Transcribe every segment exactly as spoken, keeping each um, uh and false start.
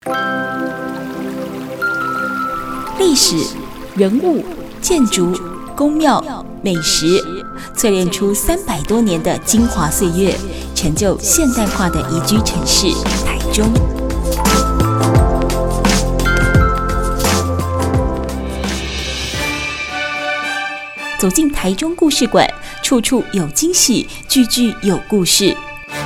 历史、人物、建筑、宫庙、美食，淬炼出三百多年的精华岁月，成就现代化的宜居城市台中。走进台中故事馆，处处有惊喜，句句有故事。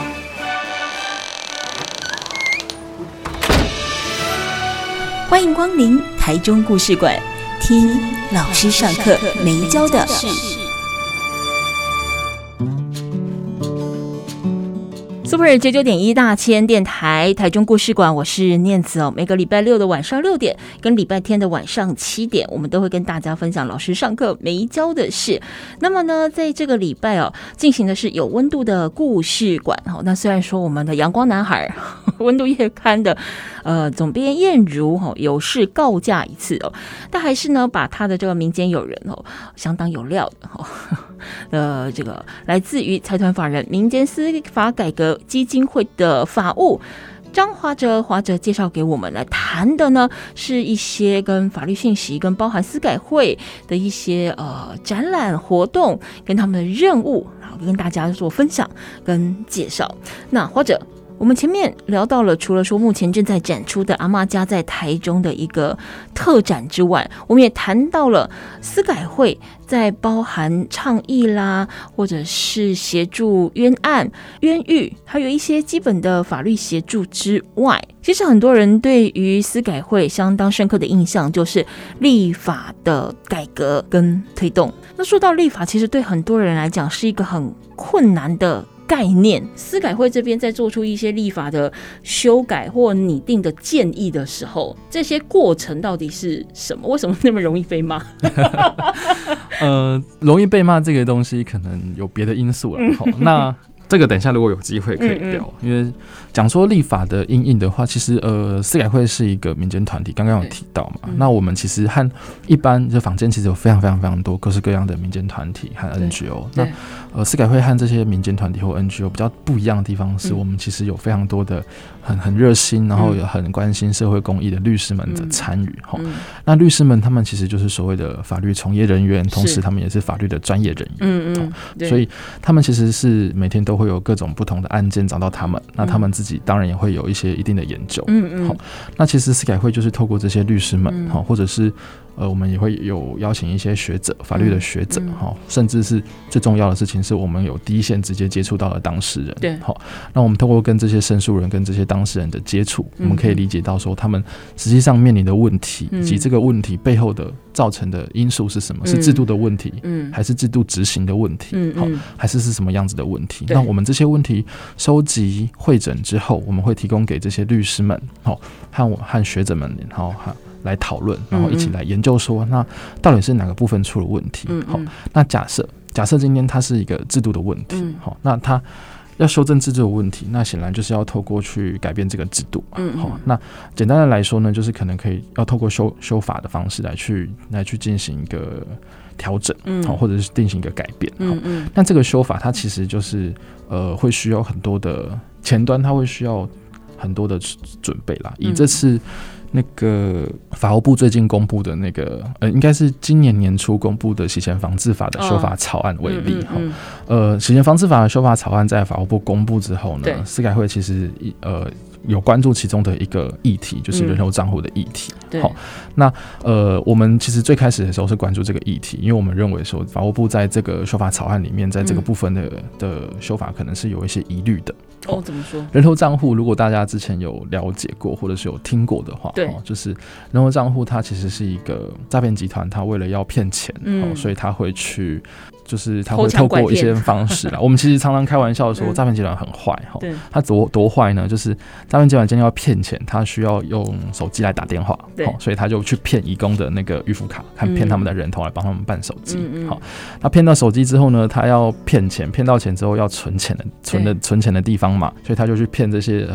欢迎光临台中故事馆，听老师上课没教的事。Super 九九点一大千电台台中故事馆，我是念慈哦。每个礼拜六的晚上六点跟礼拜天的晚上七点，我们都会跟大家分享老师上课没教的事。那么呢，在这个礼拜哦，进行的是有温度的故事馆哦。那虽然说我们的阳光男孩温度月刊的呃总编燕如哦有事告假一次哦，但还是呢把他的这个民间友人哦相当有料的哦。呃，这个来自于财团法人民间司法改革基金会的法务张华哲华哲介绍给我们来谈的呢，是一些跟法律讯息跟包含司改会的一些呃展览活动跟他们的任务，然后跟大家做分享跟介绍。那或者我们前面聊到了，除了说目前正在展出的阿嬷家在台中的一个特展之外，我们也谈到了司改会在包含倡议啦，或者是协助冤案、冤狱，还有一些基本的法律协助之外，其实很多人对于司改会相当深刻的印象就是立法的改革跟推动。那说到立法，其实对很多人来讲是一个很困难的概念。司改会这边在做出一些立法的修改或拟定的建议的时候，这些过程到底是什么？为什么那么容易被骂？ 呃，容易被骂这个东西可能有别的因素了。嗯、那这个等一下如果有机会可以聊，嗯嗯因为讲说立法的因应的话，其实呃，司改会是一个民间团体，刚刚有提到嘛。嗯、那我们其实和一般就坊间其实有非常非常非常多各式各样的民间团体和 N G O。那呃，司改会和这些民间团体或 N G O 比较不一样的地方是，嗯、我们其实有非常多的很很热心，然后有很关心社会公益的律师们的参与。嗯嗯、那律师们他们其实就是所谓的法律从业人员，同时他们也是法律的专业人员。嗯嗯，所以他们其实是每天都会有各种不同的案件找到他们，那他们自己当然也会有一些一定的研究。嗯嗯，那其实司改会就是透过这些律师们，嗯、或者是呃，我们也会有邀请一些学者，法律的学者，嗯嗯、甚至是最重要的事情是我们有第一线直接接触到的当事人。对，那我们透过跟这些申诉人跟这些当事人的接触，嗯、我们可以理解到说他们实际上面临的问题，嗯、以及这个问题背后的造成的因素是什么？嗯、是制度的问题，嗯、还是制度执行的问题？嗯嗯、还是是什么样子的问题？那我们这些问题收集汇整之后，我们会提供给这些律师们，和我和学者们，然后来讨论，然后一起来研究说，那到底是哪个部分出了问题？嗯嗯、那假设假设今天它是一个制度的问题，嗯、那它要修正制度的问题，那显然就是要透过去改变这个制度。嗯嗯、那简单的来说呢，就是可能可以要透过修修法的方式来去来去进行一个调整，嗯、或者是进行一个改变。嗯嗯、但这个修法它其实就是呃会需要很多的前端，它会需要很多的准备啦。以这次那个法务部最近公布的那个呃，应该是今年年初公布的洗钱防治法的修法草案为例，哦嗯嗯、呃，洗钱防治法的修法草案在法务部公布之后呢，司改会其实呃有关注其中的一个议题，就是人头账户的议题。嗯哦、那呃，我们其实最开始的时候是关注这个议题，因为我们认为说法务部在这个修法草案里面，在这个部分的、嗯、的修法可能是有一些疑虑的。 哦，怎么说？ 人头账户，如果大家之前有了解过或者是有听过的话，对，哦、就是人头账户它其实是一个诈骗集团，它为了要骗钱，嗯哦，所以他会去。就是他会透过一些方式啦，我们其实常常开玩笑说诈骗集团很坏，嗯、他多多坏呢？就是诈骗集团今天要骗钱，他需要用手机来打电话，所以他就去骗移工的那个预付卡，看骗他们的人头来帮他们办手机。嗯嗯、那骗到手机之后呢，他要骗钱，骗到钱之后要存钱的存的存钱的地方嘛，所以他就去骗这些呃。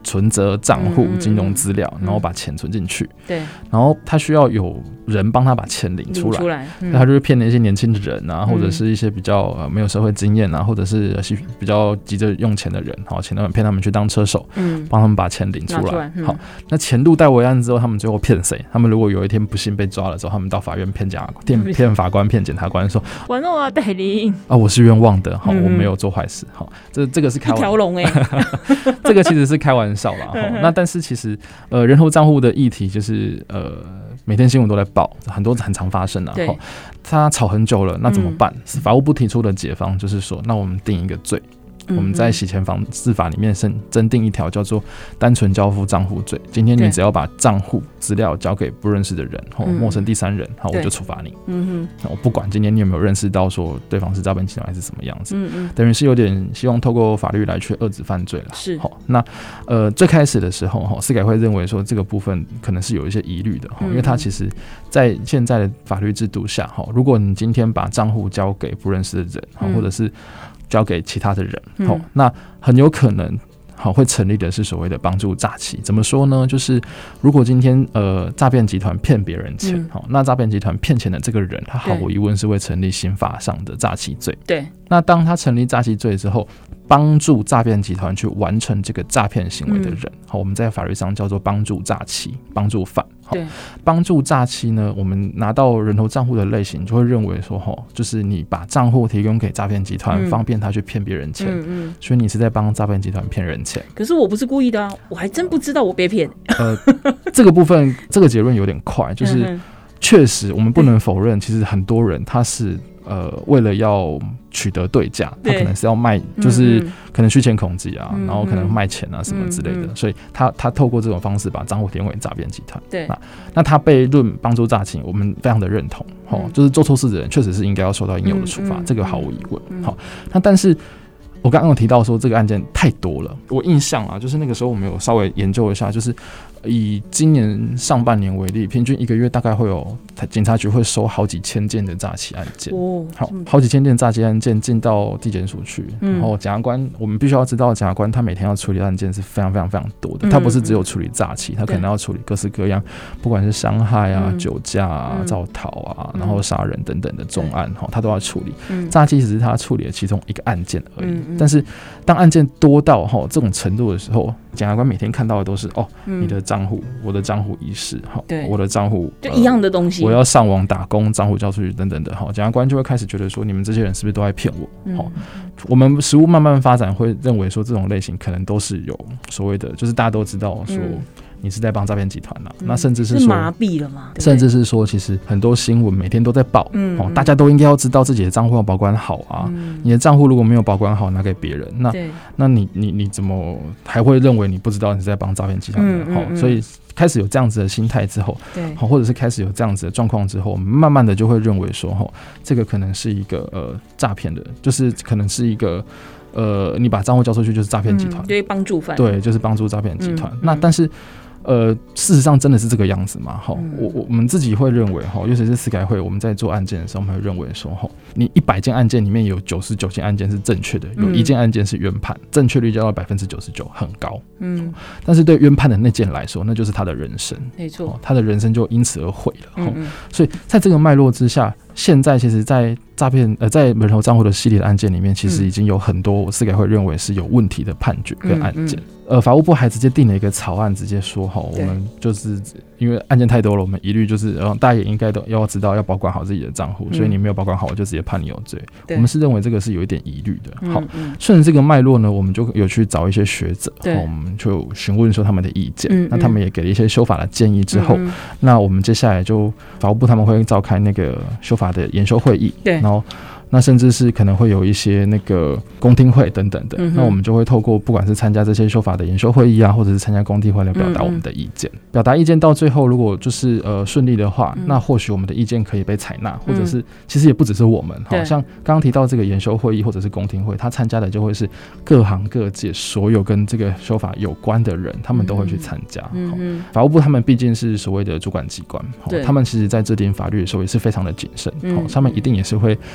存折、账户、金融资料，然后把钱存进去。 对， 然后他需要有人帮他把钱领出来， 出来嗯、 那他就是骗那些年轻的人啊，或者是一些比较、呃、没有社会经验啊，或者是比较急着用钱的人，好，请他们骗他们去当车手，嗯，帮他们把钱领出来。出来嗯、好，那钱入袋为安之后，他们最后骗谁？他们如果有一天不幸被抓了之后，他们到法院骗检察官、骗法官、骗检察官说：“完了啊，代理啊，我是冤枉的，好，我没有做坏事。”好，这这个是开玩笑，一条龙哎，这个其实是开玩笑啦。那但是其实呃，人头账户的议题就是呃。每天新闻都在报，很多很常发生啊。他吵很久了，那怎么办？嗯、法务部提出的解方就是说，那我们定一个罪。我们在洗钱防治法里面增订一条叫做单纯交付账户罪。今天你只要把账户资料交给不认识的人，陌生第三人，好，我就处罚你。嗯哼，我不管今天你有没有认识到说对方是诈骗集团还是什么样子，嗯嗯，等于是有点希望透过法律来去遏制犯罪了。是，好，那呃最开始的时候，哈，司改会认为说这个部分可能是有一些疑虑的，嗯、因为它其实在现在的法律制度下，哈，如果你今天把账户交给不认识的人，嗯、或者是交给其他的人，嗯、那很有可能好会成立的是所谓的帮助诈欺。怎么说呢？就是如果今天呃诈骗集团骗别人钱，好、嗯，那诈骗集团骗钱的这个人，他毫无疑问是会成立刑法上的诈欺罪。对，那当他成立诈欺罪之后，帮助诈骗集团去完成这个诈骗行为的人，好、嗯，我们在法律上叫做帮助诈欺、帮助犯。对，帮助诈欺呢，我们拿到人头账户的类型，就会认为说，吼，就是你把账户提供给诈骗集团，嗯、方便他去骗别人钱，嗯嗯，所以你是在帮诈骗集团骗人钱。可是我不是故意的啊，我还真不知道我被骗。呃，这个部分，这个结论有点快，就是确实我们不能否认，其实很多人他是。呃，为了要取得对价，他可能是要卖，就是可能虚钱恐急啊，嗯、然后可能卖钱啊什么之类的，嗯嗯、所以他他透过这种方式把账户提供给诈骗集团。对，那那他被论帮助诈欺，我们非常的认同，哦，嗯、就是做错事的人确实是应该要受到应有的处罚，嗯嗯、这个毫无疑问。好，嗯，那但是。我刚刚有提到说这个案件太多了，我印象啊，就是那个时候我们有稍微研究一下，就是以今年上半年为例，平均一个月大概会有警察局会收好几千件的诈欺案件，哦，好，好几千件诈欺案件进到地检署去，嗯、然后检察官，我们必须要知道，检察官他每天要处理的案件是非常非常非常多的，他不是只有处理诈欺，他可能要处理各式各样，不管是伤害啊、嗯、酒驾啊、肇逃啊，然后杀人等等的重案，他都要处理。嗯、诈欺只是他处理的其中一个案件而已。嗯但是，当案件多到齁这种程度的时候，检察官每天看到的都是哦，嗯、你的账户，我的账户遗失，对，我的账户就一样的东西，呃，我要上网打工，账户交出去等等的，齁，检察官就会开始觉得说，你们这些人是不是都在骗我？嗯、我们实务慢慢发展，会认为说这种类型可能都是有所谓的，就是大家都知道说。嗯你是在帮诈骗集团啦，嗯、那甚至是说是麻痹了嘛？甚至是说，其实很多新闻每天都在报，嗯哦，大家都应该要知道自己的账户要保管好啊。嗯、你的账户如果没有保管好，拿给别人，那那你你你怎么还会认为你不知道你是在帮诈骗集团呢？嗯嗯嗯、所以开始有这样子的心态之后，对，或者是开始有这样子的状况之后，我们慢慢的就会认为说，哈，这个可能是一个呃诈骗的，就是可能是一个。呃，你把账户交出去就是诈骗集团，嗯、对，帮助犯，对，就是帮助诈骗集团。嗯、那但是，呃，事实上真的是这个样子吗？哈、嗯，我我们自己会认为哈，尤其是司改会，我们在做案件的时候，我们会认为说，哈，你一百件案件里面有九十九件案件是正确的，有一件案件是冤判，正确率就到百分之九十九，很高。嗯，但是对冤判的那件来说，那就是他的人生，没错，他的人生就因此而毁了。嗯嗯，所以在这个脉络之下。现在其实，在诈骗呃，在人头账户的系列的案件里面，其实已经有很多司改会认为是有问题的判决跟案件。嗯嗯、呃，法务部还直接定了一个草案，直接说哈，我们就是因为案件太多了，我们一律就是，呃，大家也应该都要知道要保管好自己的账户，嗯、所以你没有保管好，我就直接判你有罪。我们是认为这个是有一点疑虑的。好，顺着这个脉络呢，我们就有去找一些学者，我们就询问说他们的意见，嗯嗯、那他们也给了一些修法的建议之后，嗯、那我们接下来就法务部他们会召开那个修法的研修会议，对，然后那甚至是可能会有一些那个公听会等等的，嗯、那我们就会透过不管是参加这些修法的研修会议啊，或者是参加公听会来表达我们的意见。嗯、表达意见到最后，如果就是呃顺利的话，嗯、那或许我们的意见可以被采纳，或者是其实也不只是我们，好、嗯、像刚刚提到这个研修会议或者是公听会，他参加的就会是各行各界所有跟这个修法有关的人，他们都会去参加。嗯嗯、法务部他们毕竟是所谓的主管机关，他们其实在制定法律的时候也是非常的谨慎，嗯、他们一定也是会询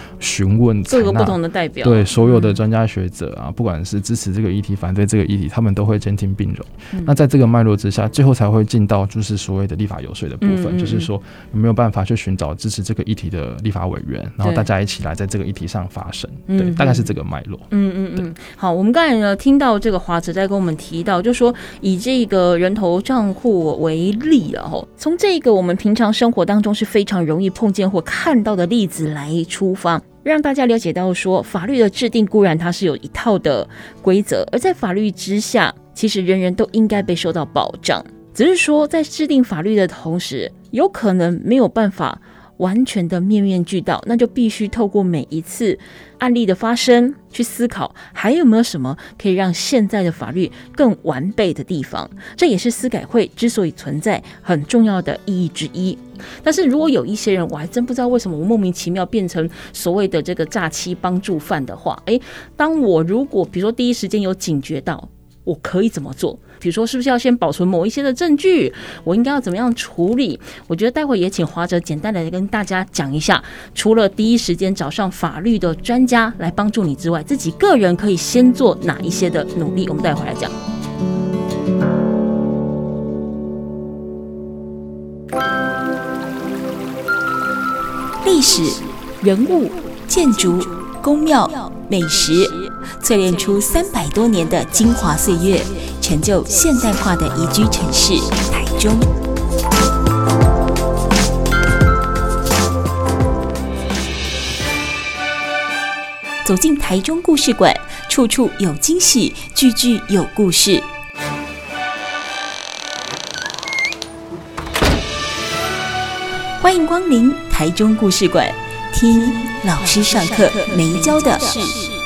询问各个不同的代表， 对所有的专家学者啊、嗯，不管是支持这个议题反对这个议题，他们都会监听并容、嗯、那在这个脉络之下，最后才会进到就是所谓的立法游说的部分、嗯嗯嗯、就是说有没有办法去寻找支持这个议题的立法委员，然后大家一起来在这个议题上发声，对、嗯、大概是这个脉络。 嗯嗯嗯，好，我们刚才呢听到这个华哲在跟我们提到，就说以这个人头账户为例了吼，从这个我们平常生活当中是非常容易碰见或看到的例子来出发，让大家了解到说，法律的制定固然它是有一套的规则，而在法律之下，其实人人都应该被受到保障。只是说，在制定法律的同时，有可能没有办法完全的面面俱到，那就必须透过每一次案例的发生去思考，还有没有什么可以让现在的法律更完备的地方。这也是司改会之所以存在很重要的意义之一。但是如果有一些人，我还真不知道为什么我莫名其妙变成所谓的这个诈欺帮助犯的话，诶，当我如果比如说第一时间有警觉到，我可以怎么做？比如说是不是要先保存某一些的证据，我应该要怎么样处理？我觉得待会也请华哲简单的跟大家讲一下，除了第一时间找上法律的专家来帮助你之外，自己个人可以先做哪一些的努力，我们待会来讲。 历史、人物、建筑、宫庙、美食，淬炼出三百多年的精华岁月，成就现代化的宜居城市台中。走进台中故事馆，处处有惊喜，句句有故事。欢迎光临台中故事馆，听老师上课没教的事。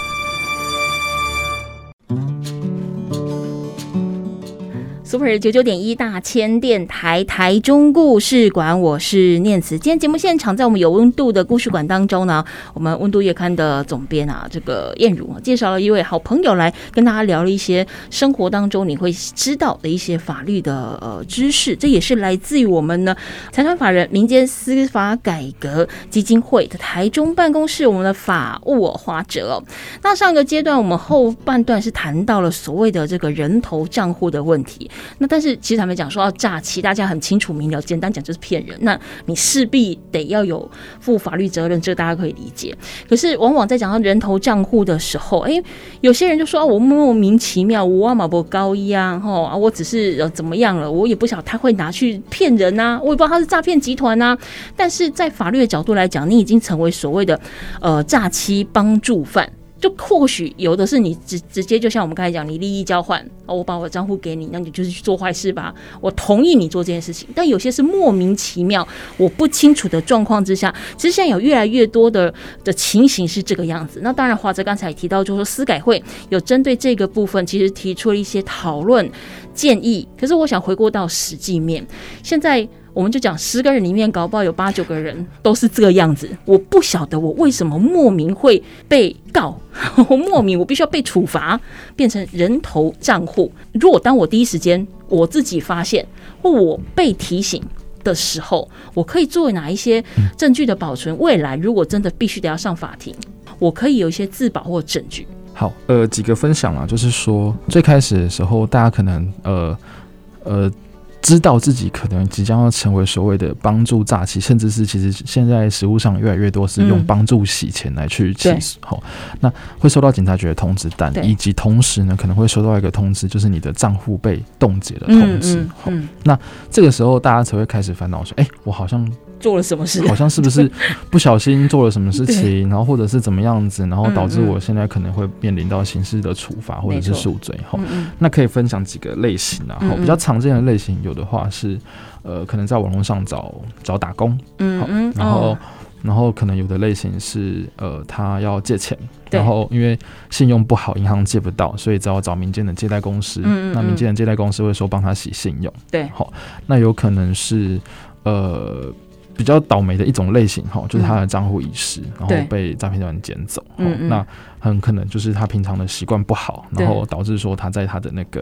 Super 九九点一大千电台台中故事馆，我是念慈。今天节目现场在我们有温度的故事馆当中呢，我们温度月刊的总编啊，这个燕如介绍了一位好朋友来跟大家聊了一些生活当中你会知道的一些法律的呃知识，这也是来自于我们呢财团法人民间司法改革基金会的台中办公室，我们的法务华哲哦。那上个阶段我们后半段是谈到了所谓的这个人头账户的问题。那但是其实他们讲说要诈欺，大家很清楚明了，简单讲就是骗人。那你势必得要有负法律责任，这个大家可以理解。可是往往在讲到人头账户的时候，哎，有些人就说啊，我莫名其妙，我阿马博高一啊，吼啊，我只是呃怎么样了，我也不晓得他会拿去骗人啊，我也不知道他是诈骗集团啊。但是在法律的角度来讲，你已经成为所谓的呃诈欺帮助犯。就或许有的是你 直, 直接就像我们刚才讲，你利益交换、哦、我把我的账户给你，那你就是去做坏事吧，我同意你做这件事情。但有些是莫名其妙，我不清楚的状况之下，其实现在有越来越多的的情形是这个样子。那当然华哲刚才也提到，就是说司改会有针对这个部分其实提出了一些讨论建议，可是我想回过到实际面，现在我们就讲十个人里面搞不好有八九个人都是这个样子，我不晓得我为什么莫名会被告，我莫名我必须要被处罚，变成人头账户。如果当我第一时间我自己发现或我被提醒的时候，我可以作为哪一些证据的保存，未来如果真的必须得要上法庭，我可以有一些自保或证据。 好，呃，几个分享啊，就是说最开始的时候，大家可能呃呃。知道自己可能即将要成为所谓的帮助诈欺，甚至是其实现在实务上越来越多是用帮助洗钱来去起诉、嗯、那会收到警察局的通知单，以及同时呢可能会收到一个通知，就是你的账户被冻结的通知、嗯嗯嗯、那这个时候大家才会开始烦恼说，哎、欸，我好像做了什么事， 好像是不是不小心做了什么事情，然后或者是怎么样子，然后导致我现在可能会面临到刑事的处罚或者是赎罪、嗯嗯、那可以分享几个类型啊、嗯、比较常见的类型有的话是呃，可能在网络上找找打工，嗯嗯，然后、哦、然后可能有的类型是呃，他要借钱，然后因为信用不好，银行借不到，所以只好找民间的借贷公司，嗯嗯，那民间的借贷公司会说帮他洗信用，对，好，那有可能是呃。比较倒霉的一种类型，就是他的账户遗失、嗯，然后被诈骗集团捡走、嗯。那很可能就是他平常的习惯不好，然后导致说他在他的那个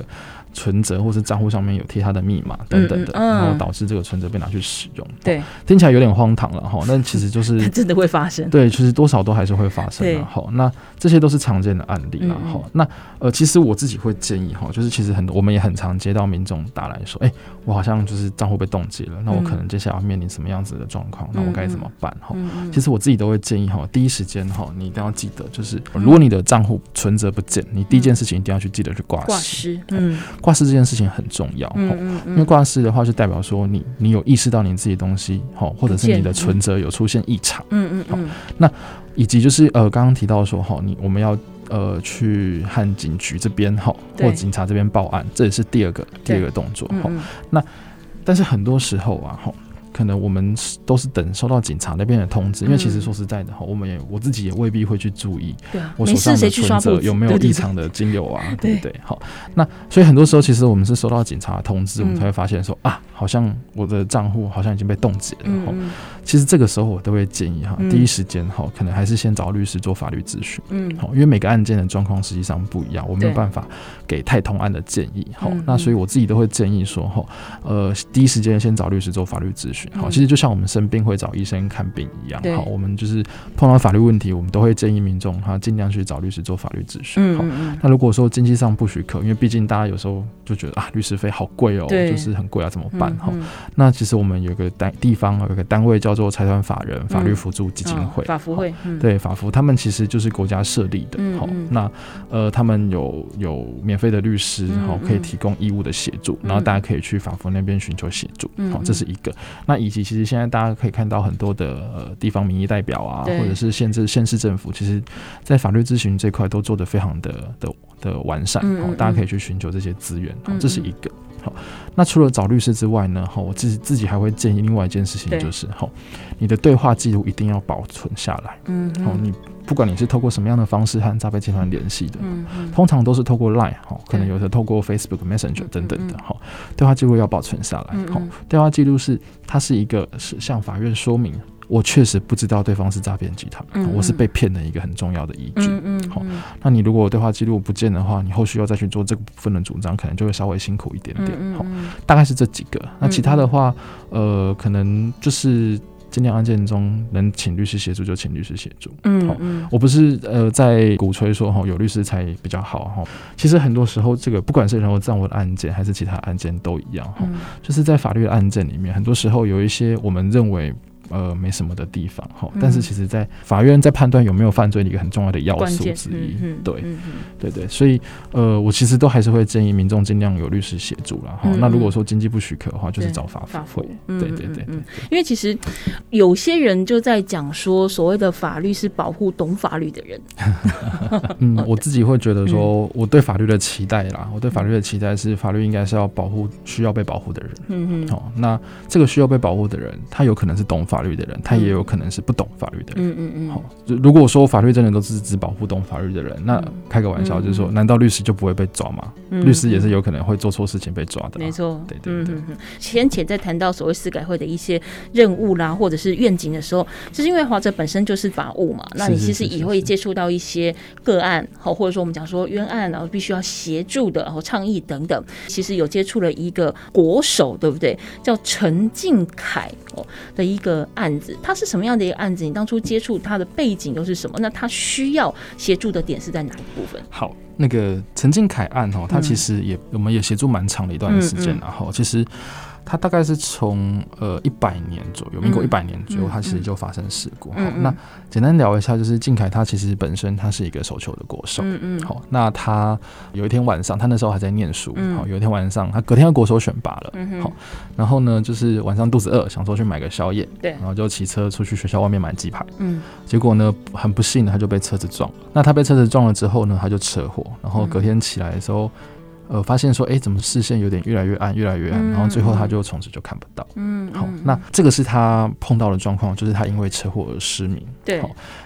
存折或是账户上面有贴他的密码等等的， 嗯嗯、 然后导致这个存折被拿去使用。 对， 听起来有点荒唐了哈，但其实就是真的会发生。 对，其实多少都还是会发生的哈。那这些都是常见的案例啦哈、嗯。那呃，其实我自己会建议哈，就是其实很多我们也很常接到民众打来说，哎、欸，我好像就是账户被冻结了，那我可能接下来要面临什么样子的状况、嗯？那我该怎么办哈、嗯？其实我自己都会建议哈，第一时间哈，你一定要记得，就是如果你的账户存折不见，你第一件事情一定要去记得去挂失。嗯，挂失这件事情很重要，嗯嗯嗯、因为挂失的话就代表说你你有意识到你自己的东西，或者是你的存折有出现异常，嗯嗯嗯，那以及就是呃刚刚提到说哈，你我们要呃去和警局这边哈或警察这边报案，这也是第二个第二个动作哈、嗯嗯。那但是很多时候啊哈。可能我们都是等收到警察那边的通知，因为其实说实在的，我们也我自己也未必会去注意，我手上的存折有没有异常的金流啊，对不对？好，那所以很多时候其实我们是收到警察的通知，我们才会发现说啊，好像我的账户好像已经被冻结了。嗯、其实这个时候我都会建议哈，第一时间哈，可能还是先找律师做法律咨询，嗯，好，因为每个案件的状况实际上不一样，我没有办法给太同案的建议，好，那所以我自己都会建议说哈，呃，第一时间先找律师做法律咨询。好，其实就像我们生病会找医生看病一样，好，我们就是碰到法律问题，我们都会建议民众他尽量去找律师做法律咨询。好，那如果说经济上不许可，因为毕竟大家有时候就觉得啊，律师费好贵哦，就是很贵啊，怎么办？好、嗯嗯，那其实我们有个单地方有个单位叫做财团法人法律辅助基金会，嗯哦、法扶会，嗯、对，法扶他们其实就是国家设立的，好、嗯嗯，那呃他们有有免费的律师，好、嗯，可以提供义务的协助，嗯、然后大家可以去法扶那边寻求协助，好、嗯，这是一个。那以及其实现在大家可以看到很多的呃地方民意代表啊，或者是县市县市政府，其实在法律咨询这块都做得非常的的的完善，嗯嗯，大家可以去寻求这些资源，这是一个。好，那除了找律师之外呢，我自己自己还会建议另外一件事情，就是你的对话记录一定要保存下来。嗯，你不管你是透过什么样的方式和诈骗集团联系的，嗯，通常都是透过 Line， 可能有的透过 Facebook Messenger 等等的，嗯，对话记录要保存下来。嗯，对话记录是它是一个是向法院说明我确实不知道对方是诈骗集团，嗯，我是被骗的一个很重要的依据。嗯嗯，好，那你如果对话记录不见的话，你后续要再去做这个部分的主张，可能就会稍微辛苦一点点。嗯嗯，嗯，大概是这几个。那其他的话，呃，可能就是尽量案件中能请律师协助就请律师协助。嗯嗯，我不是呃在鼓吹说哈有律师才比较好哈，其实很多时候这个不管是人肉账户的案件还是其他案件都一样哈，嗯，就是在法律的案件里面，很多时候有一些我们认为呃，没什么的地方哈，但是其实，在法院在判断有没有犯罪的一个很重要的要素之一，嗯，对，嗯，对对，所以呃，我其实都还是会建议民众尽量有律师协助啦。哈，嗯，那如果说经济不许可的话，就是找法扶会，对对 对, 对, 对, 对。 因为其实有些人就在讲说，所谓的法律是保护懂法律的人。 嗯，我自己会觉得说，我对法律的期待啦，我对法律的期待是，法律应该是要保护需要被保护的人。嗯嗯。哦，那这个需要被保护的人，他有可能是懂法律的人，他也有可能是不懂法律的人。嗯嗯嗯。好，如果说法律真的都是只保护懂法律的人，那开个玩笑就是说，嗯，难道律师就不会被抓吗？嗯，律师也是有可能会做错事情被抓的，啊。 没错， 对对对。 嗯，先前在谈到所谓司改会的一些任务啦，或者是愿景的时候，就是因为华哲本身就是法务嘛，那你其实也会接触到一些个案，好，或者说我们讲说冤案，然后必须要协助的，然后倡议等等。其实有接触了一个国手，对不对？叫陈进凯的一个案子，他是什么样的一个案子？你当初接触他的背景又是什么？那他需要协助的点是在哪一部分？ 好，那个陈进凯案哦，他其实也，嗯，我们也协助蛮长的一段时间，然后，嗯，其实。它大概是从呃一百年左右，民国一百年左右，它其实就发生事故。嗯嗯，那简单聊一下，就是进凯他其实本身他是一个手球的国手。嗯嗯，好，那他有一天晚上，他那时候还在念书。嗯，好，有一天晚上，他隔天要国手选拔了。嗯，好，然后呢，就是晚上肚子饿，想说去买个宵夜。对，然后就骑车出去学校外面买鸡排。嗯，结果呢，很不幸的他就被车子撞了。那他被车子撞了之后呢，他就车祸，然后隔天起来的时候。呃，发现说，哎，怎么视线有点越来越暗，越来越暗，嗯，然后最后他就从此就看不到。嗯，好，那这个是他碰到的状况，就是他因为车祸而失明。对，好，那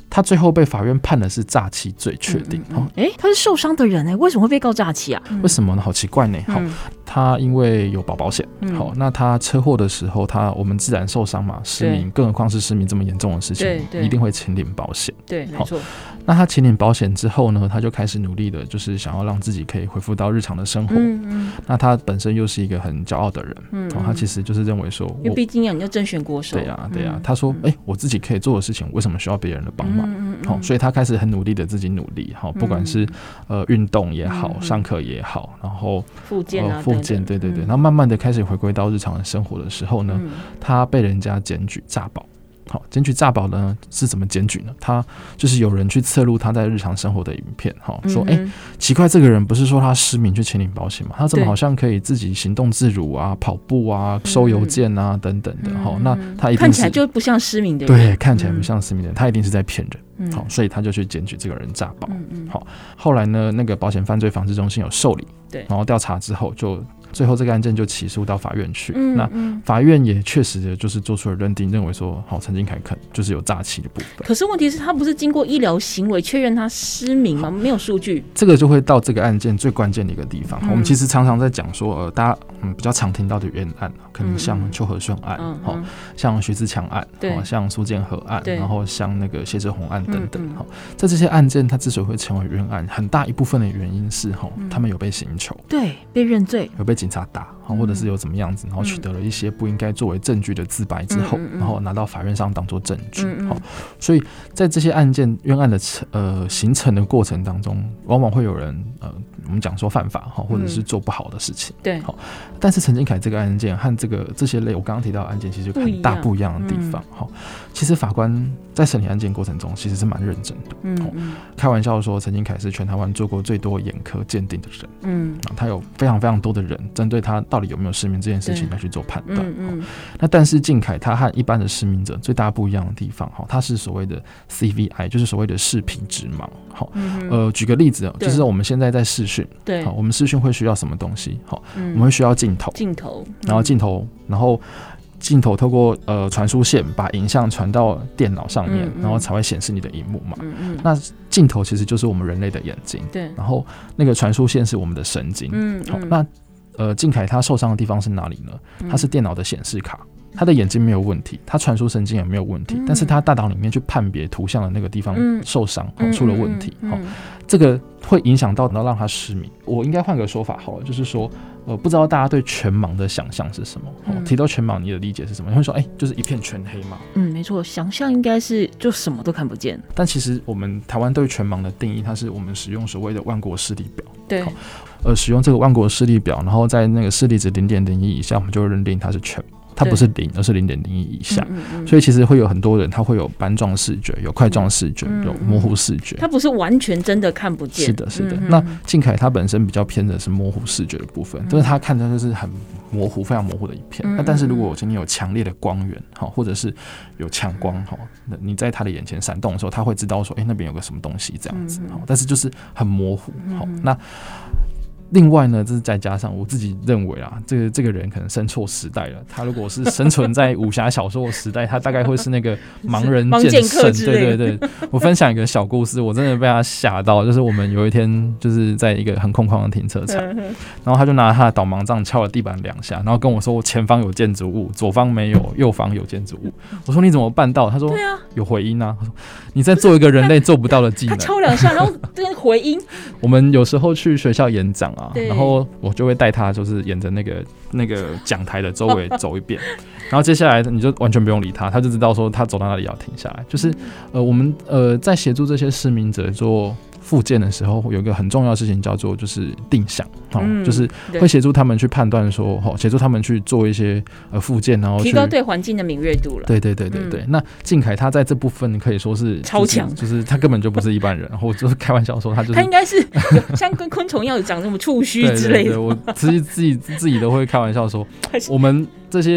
他最后被法院判的是诈欺罪，确定。哎、嗯嗯欸，他是受伤的人哎、欸，为什么会被告诈欺啊？ 为什么呢？好奇怪呢。好、嗯，他因为有保保险，好、嗯，那他车祸的时候，他我们自然受伤嘛，失明，更何况是失明这么严重的事情，一定会请领保险。 对，没错。 那他请领保险之后呢，他就开始努力的，就是想要让自己可以恢复到日常的生活。嗯嗯、那他本身又是一个很骄傲的人，嗯嗯、他其实就是认为说， 因为毕竟你要甄选国手， 对呀、啊，对呀、啊。嗯、他说，哎、欸，我自己可以做的事情，为什么需要别人的帮忙？好、嗯嗯嗯，所以他开始很努力的自己努力，好，不管是呃运动也好，嗯、上课也好，然后复健啊， 复健，对对对，然后慢慢的开始回归到日常的生活的时候呢，嗯、他被人家检举诈保。好，检举诈保呢是怎么检举呢？他就是有人去侧录他在日常生活的影片，好说，哎、嗯欸，奇怪，这个人不是说他失明去请领保险吗？他怎么好像可以自己行动自如啊，跑步啊，收邮件啊、嗯、等等的。好、嗯，那他一定是看起来就不像失明的人， 对，看起来不像失明的人，他一定是在骗人。好、嗯，所以他就去检举这个人诈保。嗯嗯，好，后来呢，那个保险犯罪防治中心有受理，对，然后调查之后就。最后这个案件就起诉到法院去，嗯、那法院也确实的就是做出了认定，认为说，好，陈金凯肯就是有诈欺的部分。 可是问题是，他不是经过医疗行为确认他失明吗？没有数据。 这个就会到这个案件最关键的一个地方。嗯、我们其实常常在讲说，呃，大家嗯比较常听到的冤案，可能像邱和顺案，嗯嗯、像徐自强案，像苏建和案，然后像那个谢志宏案等等。嗯嗯、在这些案件，它之所以会成为冤案，很大一部分的原因是，嗯、他们有被刑求， 对，被认罪， 有被警察打，或者是有怎么样子，然后取得了一些不应该作为证据的自白之后，嗯嗯嗯、然后拿到法院上当作证据。嗯嗯、所以在这些案件冤案的呃形成的过程当中，往往会有人呃我们讲说犯法或者是做不好的事情。对、嗯，但是陈金凯这个案件和这个这些类我刚刚提到的案件其实有很大不一样的地方。嗯、其实法官在审理案件过程中其实是蛮认真的。嗯嗯、开玩笑说，陈金凯是全台湾做过最多眼科鉴定的人。嗯，他有非常非常多的人针对他到底有没有失明这件事情来去做判断。嗯嗯、那但是靖凯他和一般的失明者最大不一样的地方，他是所谓的 C V I， 就是所谓的视频直盲。嗯、呃，举个例子，就是我们现在在视讯，对，我们视讯会需要什么东西？好，嗯、我们会需要镜头， 镜头， 然后镜头，然后镜头透过呃传输线把影像传到电脑上面，嗯嗯、然后才会显示你的荧幕嘛。嗯嗯、那镜头其实就是我们人类的眼睛，对，然后那个传输线是我们的神经。嗯，好，那呃，靖凯他受伤的地方是哪里呢？他是电脑的显示卡。他的眼睛没有问题，他传输神经也没有问题，嗯、但是他大脑里面去判别图像的那个地方受伤，嗯、出了问题。嗯嗯嗯、这个会影响到，然后让他失明。我应该换个说法好了，就是说，呃，不知道大家对全盲的想象是什么？嗯、提到全盲，你的理解是什么？你会说，哎、欸，就是一片全黑嘛？ 嗯，没错，想象应该是就什么都看不见。 但其实我们台湾对全盲的定义，它是我们使用所谓的万国视力表。 对。 呃，使用这个万国视力表，然后在那个视力值零点零一以下，我们就会认定它是全盲。它不是零，而是零点零一以下，嗯嗯嗯、所以其实会有很多人，他会有斑状视觉，有块状视觉，嗯、有模糊视觉。 他不是完全真的看不见。 是的，是的。嗯、那靖凯他本身比较偏的是模糊视觉的部分，就是、嗯、他看的就是很模糊、非常模糊的一片。嗯、那但是如果我今天有强烈的光源，好，或者是有强光，好，你在他的眼前闪动的时候，他会知道说，哎、欸，那边有个什么东西这样子，好，但是就是很模糊，好，那。另外呢，这是再加上我自己认为啊，这个这个人可能生错时代了。他如果是生存在武侠小说的时代，他大概会是那个盲人剑圣。对对对，我分享一个小故事，我真的被他吓到。就是我们有一天就是在一个很空旷的停车场，然后他就拿他的导盲杖敲了地板两下，然后跟我说：“我前方有建筑物，左方没有，右方有建筑物。”我说：“你怎么办到？”他说：“对啊，有回音啊。”他说：“你在做一个人类做不到的技能。”他敲两下，然后这个回音。 我们有时候去学校演讲啊，然后我就会带他，就是沿着那个那个讲台的周围走一遍，然后接下来你就完全不用理他，他就知道说他走到哪里要停下来。就是呃，我们呃在协助这些失明者做复健的时候，有一个很重要的事情叫做就是定向，哦嗯、就是会协助他们去判断说，哦，协助他们去做一些呃复健，然后提高对环境的敏锐度了。 对对对对对。嗯、那靖凯他在这部分可以说是超强， 就是、就是他根本就不是一般人。然后我就是开玩笑说他就是他应该是像跟昆虫一样有长什么触须之类的。 对对对，我自己自己自己都会开玩笑说，我们这些。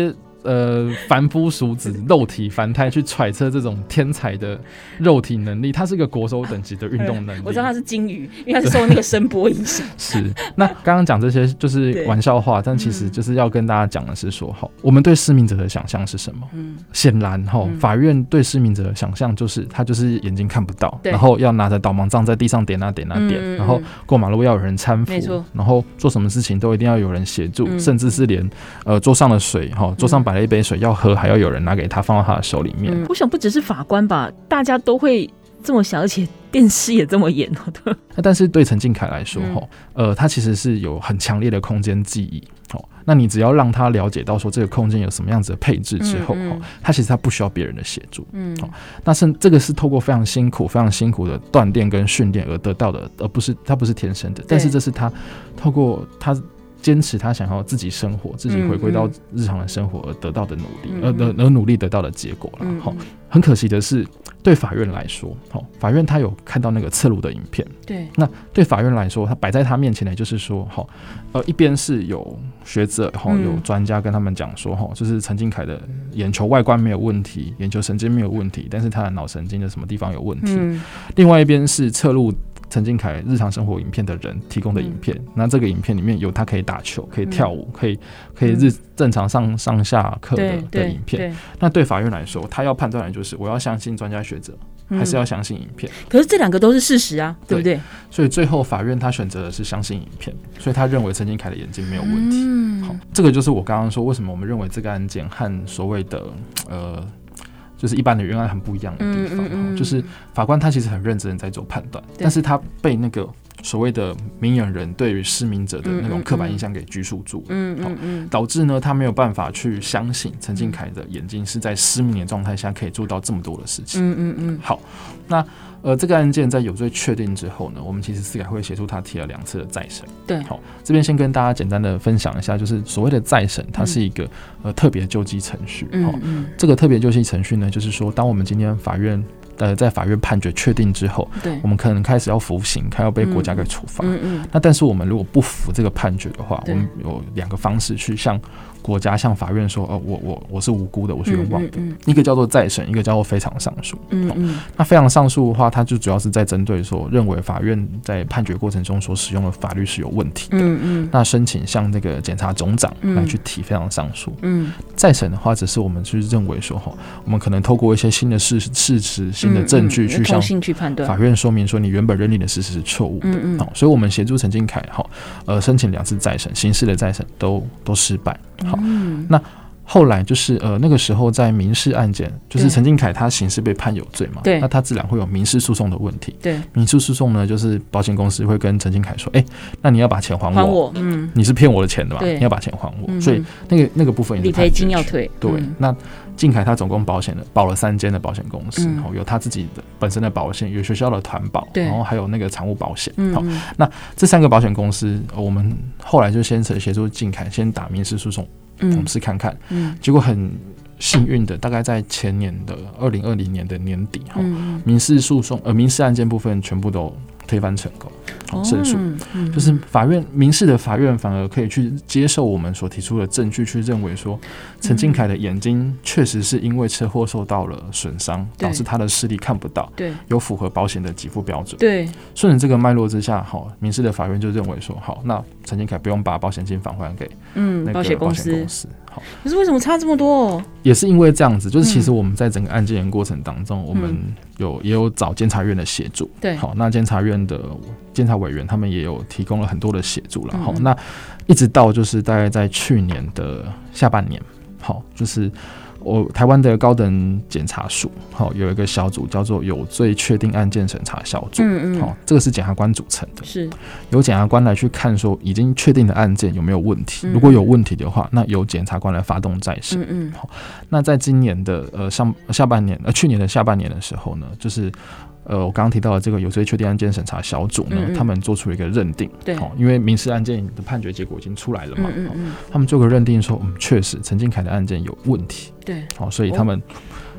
呃凡夫俗子、肉体凡胎去揣测这种天才的肉体能力，它是一个国手等级的运动能力。 我知道他是金鱼，因为他是受那个声波影响。 是，那刚刚讲这些就是玩笑话，但其实就是要跟大家讲的是说，嗯、我们对施明哲的想象是什么？嗯，显然哈、嗯，法院对施明哲的想象就是他就是眼睛看不到，然后要拿着导盲杖在地上点啊点啊点，嗯、然后过马路要有人搀扶，然后做什么事情都一定要有人协助，嗯、甚至是连呃桌上的水哈，桌上摆了一杯水要喝，还要有人拿给他放到他的手里面。 嗯、我想不只是法官吧，大家都会这么想，而且电视也这么演的。 但是对陈进凯来说，嗯、呃，他其实是有很强烈的空间记忆。那你只要让他了解到说这个空间有什么样子的配置之后，嗯嗯、他其实他不需要别人的协助。嗯，那是这个是透过非常辛苦、非常辛苦的锻炼跟训练而得到的，而不是他不是天生的。但是这是他透过他坚持他想要自己生活、自己回归到日常的生活而得到的努力，嗯嗯而而努力得到的结果了。嗯嗯很可惜的是，对法院来说，法院他有看到那个侧录的影片。对，那对法院来说，他摆在他面前的就是说，呃，一边是有学者、有专家跟他们讲说，就是陈进凯的眼球外观没有问题，眼球神经没有问题，但是他的脑神经的什么地方有问题。嗯、另外一边是侧录陈进凯日常生活影片的人提供的影片，嗯、那这个影片里面有他可以打球、可以跳舞、嗯、可以可以日正常上上下课 的, 的影片。那对法院来说，他要判断的就是我要相信专家学者，还是要相信影片？ 可是这两个都是事实啊，对不对？ 所以最后法院他选择的是相信影片，所以他认为陈进凯的眼睛没有问题。嗯、好，这个就是我刚刚说为什么我们认为这个案件和所谓的呃。就是一般的冤案很不一样的地方，嗯嗯嗯、就是法官他其实很认真的在做判断，但是他被那个所谓的明眼人对于施明哲的那种刻板印象给拘束住，嗯嗯嗯、导致呢他没有办法去相信陈进凯的眼睛是在失明的状态下可以做到这么多的事情。嗯嗯嗯、好，那呃这个案件在有罪确定之后呢，我们其实司改会协助他提了两次的再审。对，好，这边先跟大家简单的分享一下，就是所谓的再审，它是一个、嗯、呃特别救济程序。嗯嗯、这个特别救济程序呢，就是说当我们今天法院呃，在法院判决确定之后，我们可能开始要服刑，还要被国家给处罚。嗯嗯、那但是我们如果不服这个判决的话，我们有两个方式去向国家、向法院说，呃，我我我是无辜的，我是冤枉的。嗯嗯嗯、一个叫做再审，一个叫做非常上诉。嗯嗯哦、那非常上诉的话，它就主要是在针对说，认为法院在判决过程中所使用的法律是有问题的。嗯嗯、那申请向那个检察总长来去提非常上诉。嗯、再审的话，只是我们去认为说，我们可能透过一些新的事事实、新的证据去向法院说明说，你原本认定的事实是错误的。嗯嗯、所以我们协助陈进凯呃申请两次再审，刑事的再审都都失败。好，嗯、那后来就是呃那个时候在民事案件，就是陈进凯他刑事被判有罪嘛，那他自然会有民事诉讼的问题。对，民事诉讼呢，就是保险公司会跟陈进凯说，哎、欸，那你要把钱还我，还我，嗯，你是骗我的钱的嘛，你要把钱还我，嗯、所以那个那个部分也是理赔金要退。对，嗯、那进凯他总共保险了保了三间的保险公司，嗯、有他自己的本身的保险，有学校的团保，然后还有那个产物保险。嗯、好，那这三个保险公司，我们后来就先协助进凯先打民事诉讼。嗯、我们试看看，嗯、结果很幸运的，大概在前年的二零二零年的年底，嗯、民事诉讼呃民事案件部分全部都推翻成功，哦、胜诉，嗯、就是法院民事的法院反而可以去接受我们所提出的证据，去认为说陈进凯的眼睛确实是因为车祸受到了损伤，导致他的视力看不到，对，有符合保险的给付标准。对，顺着这个脉络之下，好，民事的法院就认为说，好，那陈进凯不用把保险金返还给嗯那个保险公司。好， 可是为什么差这么多？哦， 也是因为这样子，就是其实我们在整个案件的过程当中，嗯、我们有也有找监察院的协助。对，好，那监察院的监察委员他们也有提供了很多的协助了。好，嗯、那一直到就是大概在去年的下半年，好，就是我台湾的高等检察署，好，有一个小组叫做有罪确定案件审查小组。嗯嗯，好，这个是检察官组成的，是由检察官来去看说已经确定的案件有没有问题，嗯、如果有问题的话，那由检察官来发动再审。嗯嗯，好，那在今年的呃上下半年呃去年的下半年的时候呢，就是呃我刚刚提到的这个有罪确定案件审查小组呢，嗯嗯他们做出了一个认定，对，哦，因为民事案件的判决结果已经出来了嘛，嗯嗯嗯他们做个认定说，嗯，确实陈进凯的案件有问题，对，哦，所以他们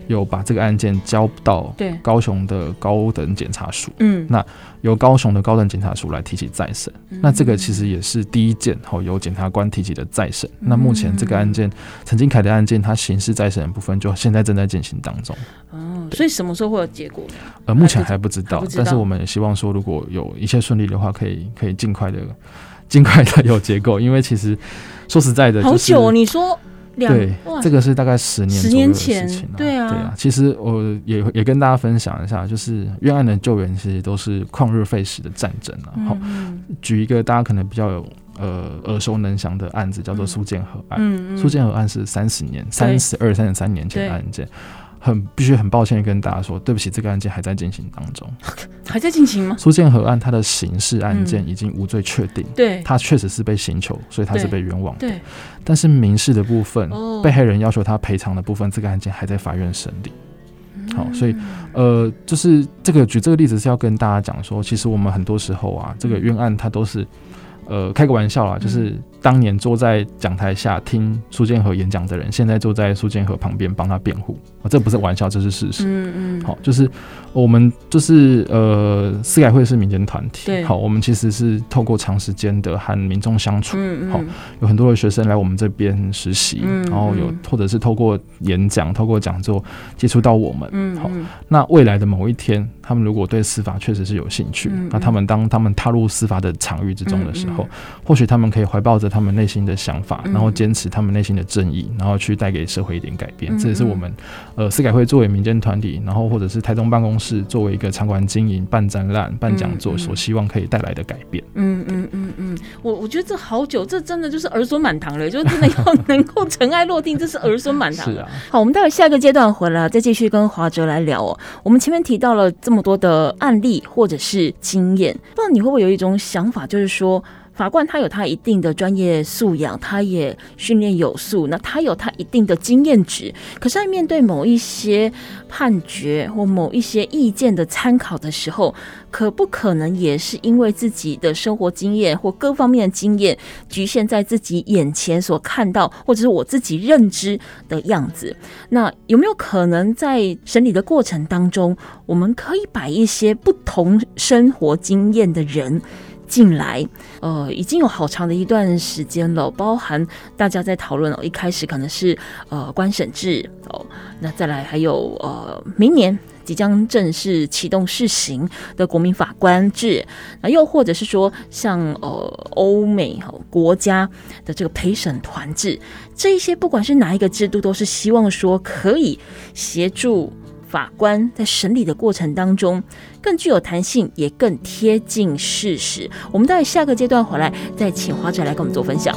有把这个案件交到高雄的高等检察署，嗯，那由高雄的高等检察署来提起再审，嗯、那这个其实也是第一件哦由检察官提起的再审。嗯、那目前这个案件陈金凯的案件，它刑事再审的部分就现在正在进行当中。 哦，所以什么时候会有结果？ 呃，目前还不知道，但是我们也希望说，如果有一切顺利的话，可以可以尽快的尽快的有结果，因为其实说实在的、就是， 好久、哦，你说。 对，这个是大概十年左右的事情、啊。 对啊， 对啊。其实我也也跟大家分享一下，就是冤案的救援其实都是旷日费时的战争啊。嗯、举一个大家可能比较有呃耳熟能详的案子，叫做苏建和案。嗯嗯、苏建和案是三十年、三十二、三十三年前的案件。很必须很抱歉跟大家说，对不起，这个案件还在进行当中。 还在进行吗？ 苏建和案它的刑事案件已经无罪确定，对、嗯，他确实是被刑求，所以他是被冤枉的。对，但是民事的部分，哦、被害人要求他赔偿的部分，这个案件还在法院审理。好，所以呃，就是这个举这个例子是要跟大家讲说，其实我们很多时候啊，这个冤案它都是呃开个玩笑啦，就是当年坐在讲台下听苏建和演讲的人，现在坐在苏建和旁边帮他辩护、哦，这不是玩笑，这是事实。嗯嗯，好，就是我们就是呃，司改会是民间团体，好，我们其实是透过长时间的和民众相处，嗯嗯，好，有很多的学生来我们这边实习，嗯嗯，然后有或者是透过演讲、透过讲座接触到我们，嗯嗯，好，那未来的某一天，他们如果对司法确实是有兴趣，嗯嗯，那他们当他们踏入司法的场域之中的时候，嗯嗯，或许他们可以怀抱着他们内心的想法，然后坚持他们内心的正义，然后去带给社会一点改变。嗯嗯，这也是我们呃司改会作为民间团体，然后或者是台中办公室作为一个场馆经营、办展览、办讲座所希望可以带来的改变。嗯嗯嗯嗯，我我觉得这好久，这真的就是儿孙满堂了，就真的要能够尘埃落定，这是儿孙满堂。是啊。好，我们待会下一个阶段回来再继续跟华哲来聊哦。我们前面提到了这么多的案例或者是经验，不知道你会不会有一种想法，就是说，法官他有他一定的专业素养，他也训练有素，那他有他一定的经验值，可是在面对某一些判决或某一些意见的参考的时候，可不可能也是因为自己的生活经验或各方面的经验局限在自己眼前所看到或者是我自己认知的样子？那有没有可能在审理的过程当中，我们可以把一些不同生活经验的人进来？呃，已经有好长的一段时间了，包含大家在讨论哦，一开始可能是呃官审制哦，那再来还有呃明年即将正式启动试行的国民法官制，那又或者是说像呃欧美国家的这个陪审团制，这一些不管是哪一个制度，都是希望说可以协助法官在审理的过程当中更具有弹性，也更贴近事实。我们待下个阶段回来再请华哲来跟我们做分享。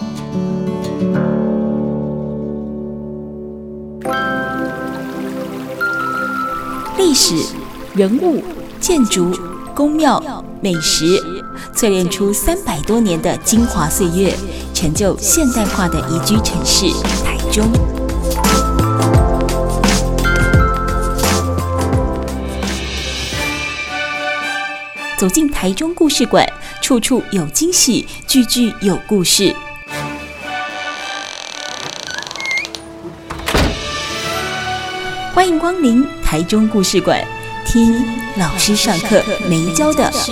历史、人物、建筑、宫庙、美食，淬炼出三百多年的精华岁月，成就现代化的宜居城市台中。走进台中故事馆，处处有惊喜，句句有故事。欢迎光临台中故事馆，听老师上课没教的事。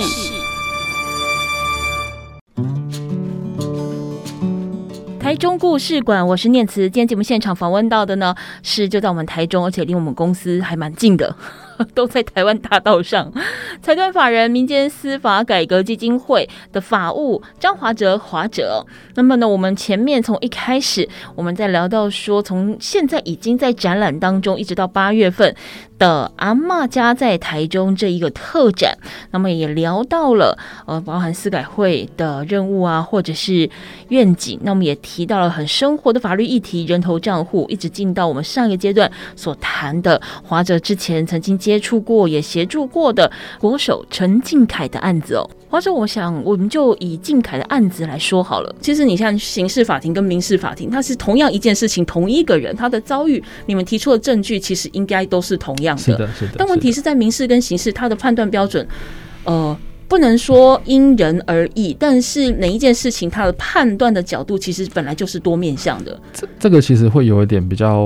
台中故事馆，我是念慈。今天节目现场访问到的呢，是就在我们台中，而且离我们公司还蛮近的，都在台湾大道上。财团法人民间司法改革基金会的法务张华哲华哲。那么呢，我们前面从一开始我们在聊到说，从现在已经在展览当中，一直到八月份的阿嬷家在台中这一个特展，那么也聊到了呃，包含司改会的任务啊，或者是愿景。那我们也提到了很生活的法律议题，人头账户，一直进到我们上一个阶段所谈的华哲之前曾经接触过也协助过的国手陈敬凯的案子哦。华哲，我想我们就以敬凯的案子来说好了。其实你像刑事法庭跟民事法庭，它是同样一件事情，同一个人他的遭遇，你们提出的证据其实应该都是同样的。 是的，是的。 但问题是在民事跟刑事，它的判断标准，呃。不能说因人而异，但是哪一件事情它的判断的角度其实本来就是多面向的。 这这个其实会有一点比较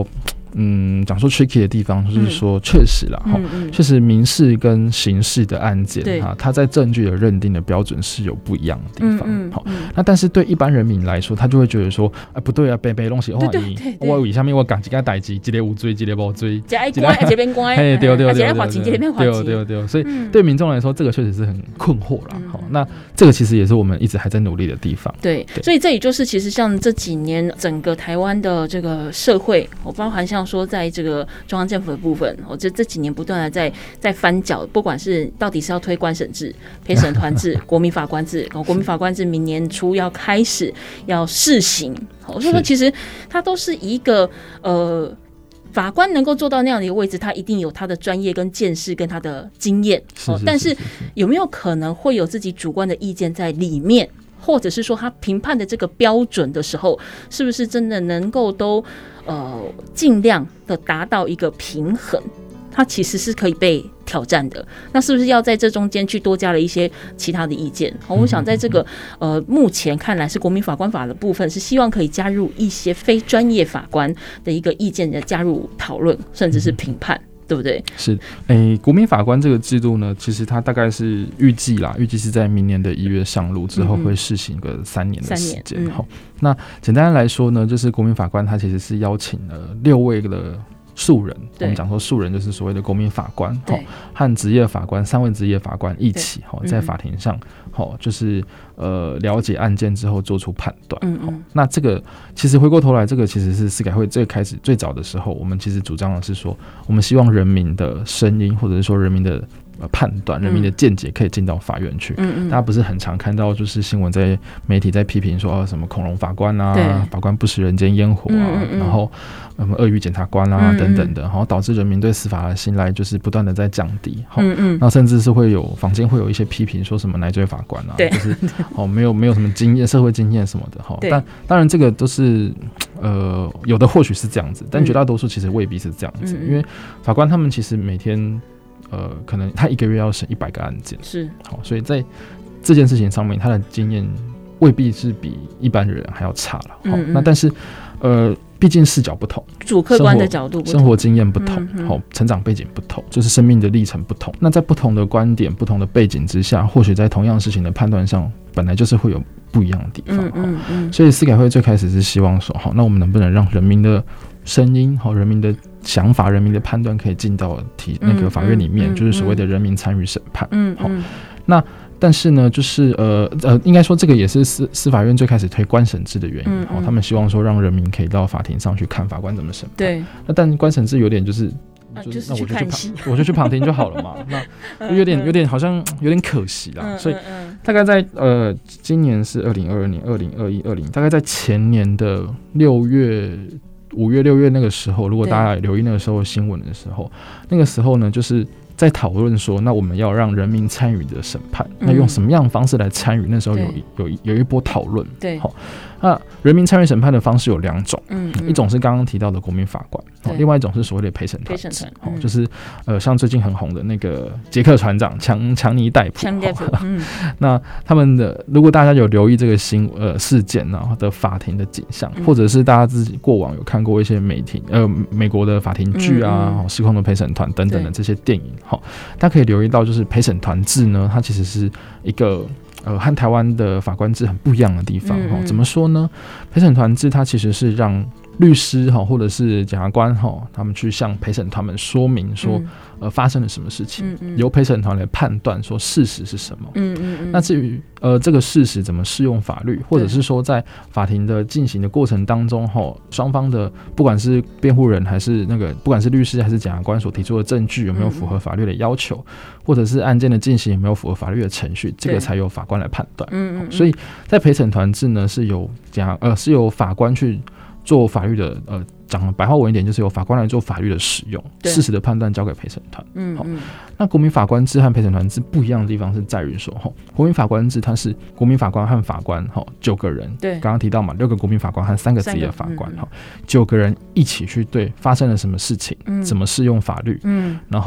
嗯，讲说 tricky 的地方，就是说确实啦，哈、嗯，确、嗯、实民事跟刑事的案件哈，它在证据的认定的标准是有不一样的地方，好、嗯嗯，那但是对一般人民来说，他就会觉得说，哎、欸，不对啊，北北东西话伊，我以下面我讲几个代志，一个有罪，一个无罪， 一个乖，一个乖， 嘿，对对对对对， 对对对，所以对民众来说，这个确实是很困惑啦。好、嗯，那这个其实也是我们一直还在努力的地方。 对，对所以这也就是其实像这几年整个台湾的这个社会，我包含像说在这个中央政府的部分，我这这几年不断的在在翻搅，不管是到底是要推官审制、陪审团制、国民法官制，国民法官制明年初要开始要试行，所以说其实它都是一个呃。法官能够做到那样的一个位置，他一定有他的专业跟见识跟他的经验，但是有没有可能会有自己主观的意见在里面，或者是说他评判的这个标准的时候，是不是真的能够都呃尽量的达到一个平衡？它其实是可以被挑战的，那是不是要在这中间去多加了一些其他的意见？我想在这个呃目前看来是国民法官法的部分，是希望可以加入一些非专业法官的一个意见的加入讨论，甚至是评判。对不对？ 是，诶，国民法官这个制度呢，其实它大概是预计啦，预计是在明年的一月上路之后会试行个三年的时间。好、嗯，那简单来说呢，就是国民法官他其实是邀请了六位的素人，我们讲说素人就是所谓的国民法官，和职业法官三位职业法官一起在法庭上，就是呃了解案件之后做出判断。嗯嗯那这个其实回过头来，这个其实是司改会最开始最早的时候，我们其实主张的是说，我们希望人民的声音，或者是说人民的判断、人民的见解可以进到法院去。嗯嗯大家不是很常看到，就是新闻在媒体在批评说，啊、什么恐龙法官啊，法官不食人间烟火啊，嗯嗯然后什么鳄鱼检察官啊、嗯嗯等等的，然后导致人民对司法的信赖就是不断的在降低。嗯嗯那甚至是会有坊间会有一些批评，说什么奶嘴法官啊，就是哦没有没有什么经验、社会经验什么的哈。但当然这个都是呃有的或许是这样子，但绝大多数其实未必是这样子，嗯、因为法官他们其实每天。呃，可能他一个月要审一百个案件，是好，所以在这件事情上面，他的经验未必是比一般人还要差了。好、嗯嗯，那但是呃，毕竟视角不同， 主客观的角度不同， 生活经验不同，好、嗯，成长背景不同，就是生命的历程不同。那在不同的观点、不同的背景之下，或许在同样事情的判断上，本来就是会有不一样的地方。嗯嗯嗯所以司改会最开始是希望说，好，那我们能不能让人民的声音，好，人民的想法、人民的判断可以进到体那个法院里面，嗯嗯嗯、就是所谓的人民参与审判。嗯，好、嗯，那但是呢，就是呃呃，应该说这个也是司司法院最开始推官审制的原因。嗯嗯、他们希望说让人民可以到法庭上去看法官怎么审判。对。那但官审制有点就是。 啊、就是那我就去旁，我就去旁听就好了嘛。那有点有点好像有点可惜啦。嗯、所以大概在呃，今年是二零二二年、二零二一、二零，大概在前年的六月。五月六月那个时候，如果大家留意那个时候新闻的时候，那个时候呢，就是在讨论说，那我们要让人民参与的审判，嗯、那用什么样的方式来参与？那时候有有有一波讨论。对，好，那人民参与审判的方式有两种，嗯嗯、一种是刚刚提到的国民法官，另外一种是所谓的陪审团制，嗯、就是呃，像最近很红的那个捷克船长强强尼戴普，嗯、那他们的如果大家有留意这个新呃事件然后的法庭的景象，嗯、或者是大家自己过往有看过一些媒体呃美国的法庭剧啊，嗯嗯、失控的陪审团等等的这些电影，好，大家可以留意到，就是陪审团制呢，它其实是一个。呃，和台湾的法官制很不一样的地方，嗯嗯、怎么说呢？陪审团制它其实是让律师或者是检察官他们去向陪审团们说明说，嗯、呃发生了什么事情，嗯嗯、由陪审团来判断说事实是什么。嗯嗯嗯、那至于呃这个事实怎么适用法律，或者是说在法庭的进行的过程当中，双方的不管是辩护人还是那个不管是律师还是检察官所提出的证据有没有符合法律的要求，嗯、或者是案件的进行有没有符合法律的程序，这个才由法官来判断。嗯嗯嗯、所以在陪审团制呢，是由检察呃是由法官去做法律的呃，讲白话文一点，就是由法官来做法律的使用，事实的判断交给陪审团。嗯，好，那国民法官制和陪审团制不一样的地方是在于说，哈，国民法官制它是国民法官和法官，哈，九个人，对，刚刚提到嘛，六个国民法官和三个职业法官，哈、嗯，九个人一起去对发生了什么事情，嗯、怎么适用法律，嗯，然后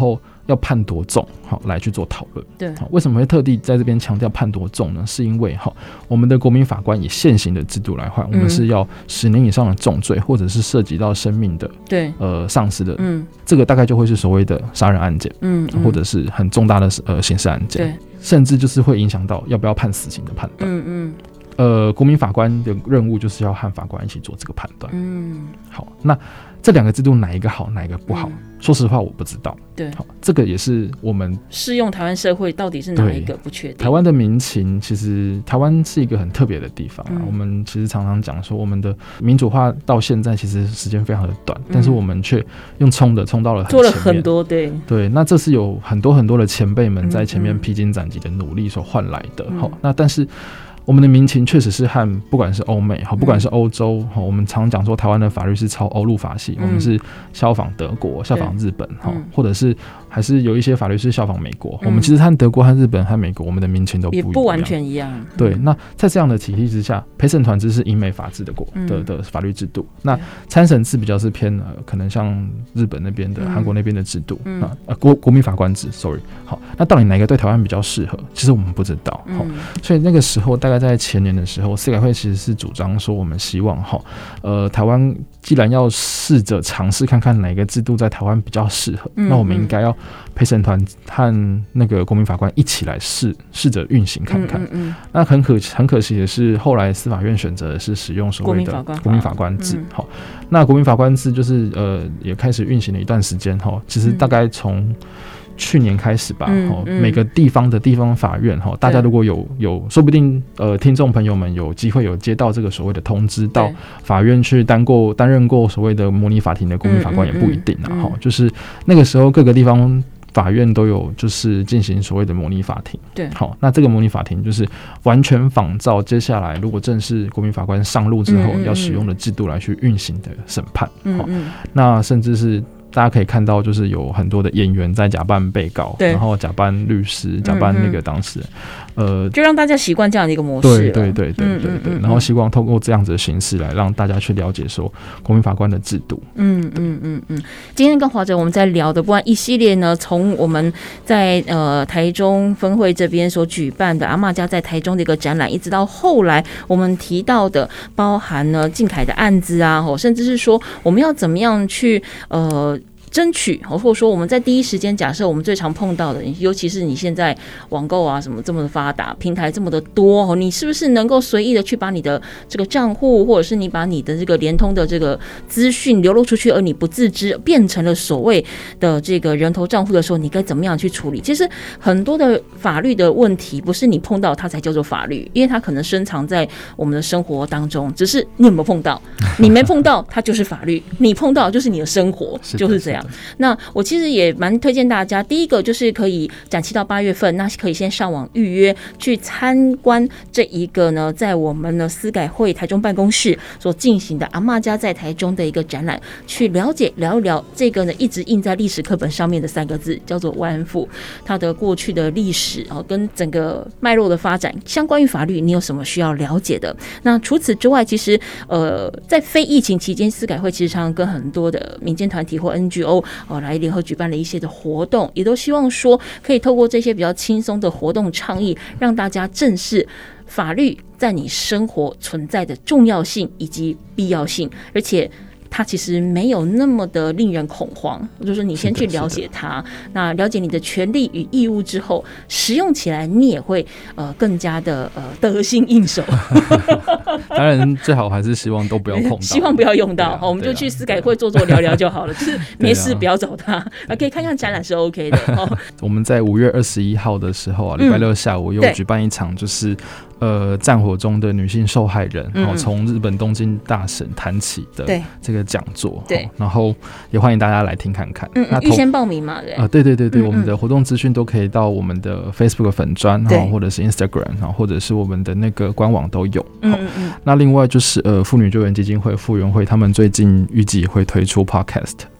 要判多重好来去做讨论。 对， 为什么会特地在这边强调判多重呢？是因为哈，我们的国民法官以现行的制度来看，我们是要十年以上的重罪，或者是涉及到生命的对呃丧失的，嗯，这个大概就会是所谓的杀人案件，嗯，或者是很重大的呃刑事案件，对，甚至就是会影响到要不要判死刑的判断，嗯嗯。呃，国民法官的任务就是要和法官一起做这个判断。嗯，好，那这两个制度哪一个好，哪一个不好？嗯、说实话，我不知道。对，好，这个也是我们适用台湾社会到底是哪一个不确定。 台湾的民情，其实台湾是一个很特别的地方、啊嗯。我们其实常常讲说，我们的民主化到现在其实时间非常的短，嗯、但是我们却用冲的冲到了很前面， 做了很多，对对。那这是有很多很多的前辈们在前面披荆斩棘的努力所换来的。好、嗯，那但是。我们的民情确实是和不管是欧美不管是欧洲、嗯、我们常讲说台湾的法律是抄欧陆法系、嗯、我们是效仿德国效仿日本、嗯、或者是还是有一些法律是效仿美国、嗯、我们其实和德国和日本和美国我们的民情都不一样， 也不完全一样。 对，那在这样的体系之下，陪审团制是英美法制的国、嗯、的, 的法律制度，那参审制比较是偏、呃、可能像日本那边的韩、嗯、国那边的制度、嗯啊呃、国, 国民法官制 sorry 好，那到底哪一个对台湾比较适合，其实我们不知道、嗯、所以那个时候大概在前年的时候，司改会其实是主张说，我们希望哈，呃，台湾既然要试着尝试看看哪个制度在台湾比较适合、嗯，那我们应该要陪审团和那个国民法官一起来试试着运行看看。嗯嗯嗯、那很可很可惜的是，后来司法院选择的是使用所谓的国民法官制。好、嗯，那国民法官制就是呃也开始运行了一段时间哈，其实大概从去年开始吧、嗯嗯，每个地方的地方法院，大家如果有有，说不定呃，听众朋友们有机会有接到这个所谓的通知，到法院去担过担任过所谓的模拟法庭的国民法官也不一定啊，嗯嗯嗯、就是那个时候各个地方法院都有就是进行所谓的模拟法庭。对，好，那这个模拟法庭就是完全仿照接下来如果正式国民法官上路之后要使用的制度来去运行的审判。嗯嗯嗯、那甚至是。大家可以看到，就是有很多的演员在假扮被告，然后假扮律师，假扮那个当事人，嗯嗯呃， 就让大家习惯这样的一个模式。 对对对对对对、嗯嗯嗯，然后希望透过这样子的形式来让大家去了解说国民法官的制度。嗯嗯嗯嗯。今天跟华哲我们在聊的，不然一系列呢，从我们在呃台中分会这边所举办的阿嬷家在台中的一个展览，一直到后来我们提到的，包含呢靖凯的案子啊，甚至是说我们要怎么样去呃。争取，或者说我们在第一时间，假设我们最常碰到的，尤其是你现在网购啊什么这么的发达，平台这么的多，你是不是能够随意的去把你的这个账户，或者是你把你的这个联通的这个资讯流露出去，而你不自知，变成了所谓的这个人头账户的时候，你该怎么样去处理？其实很多的法律的问题，不是你碰到它才叫做法律，因为它可能深藏在我们的生活当中，只是你有没有碰到，你没碰到它就是法律，你碰到就是你的生活，就是这样。那我其实也蛮推荐大家，第一个就是可以展期到八月份，那可以先上网预约去参观这一个呢，在我们的司改会台中办公室所进行的阿嬷家在台中的一个展览，去了解聊一聊这个呢一直印在历史课本上面的三个字，叫做慰安妇，它的过去的历史啊，跟整个脉络的发展，相关于法律你有什么需要了解的？那除此之外，其实呃，在非疫情期间，司改会其实常常跟很多的民间团体或 N G O。哦，来联合举办了一些的活动，也都希望说可以透过这些比较轻松的活动倡议，让大家正视法律在你生活存在的重要性以及必要性，而且它其实没有那么的令人恐慌，就是你先去了解它，那了解你的权利与义务之后，使用起来你也会呃更加的呃得心应手。 当然最好还是希望都不要碰到， 希望不要用到，啊、我们就去司改会坐坐聊聊就好了，就是没事不要找他，啊、可以看看展览是 OK 的。哦、 我们在五月二十一号的时候啊，礼拜六下午又举办一场就是。呃，战火中的女性受害人，然后从日本东京大审谈起的这个讲座，对，然后也欢迎大家来听看看。 嗯，预先报名嘛，对， 呃，对对对对，嗯嗯我们的活动资讯都可以到我们的 Facebook 粉专，或者是 Instagram， 或者是我们的那个官网都有。嗯嗯嗯。那另外就是呃，妇女救援基金会、妇援会，他们最近预计会推出 Podcast。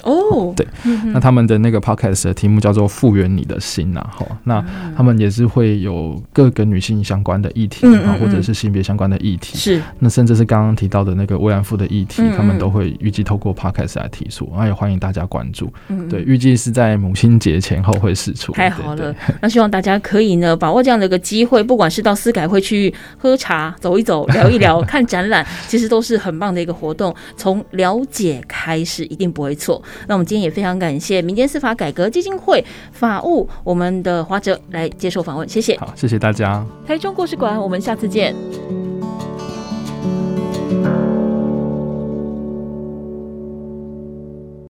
哦， 对，嗯、那他们的那个 podcast 的题目叫做复原你的心啊，齁，那他们也是会有各个女性相关的议题、嗯嗯、或者是性别相关的议题，是，那甚至是刚刚提到的那个慰安妇的议题、嗯嗯、他们都会预计透过 podcast 来提出，那也欢迎大家关注，嗯嗯，对，预计是在母亲节前后会释出。 太好了，那希望大家可以呢把握这样的一个机会，不管是到司改会去喝茶走一走聊一聊看展览，其实都是很棒的一个活动，从了解开始一定不会错。那我们今天也非常感谢民间司法改革基金会法务我们的华哲来接受访问，谢谢。 好，谢谢大家。 台中故事馆，我们下次见。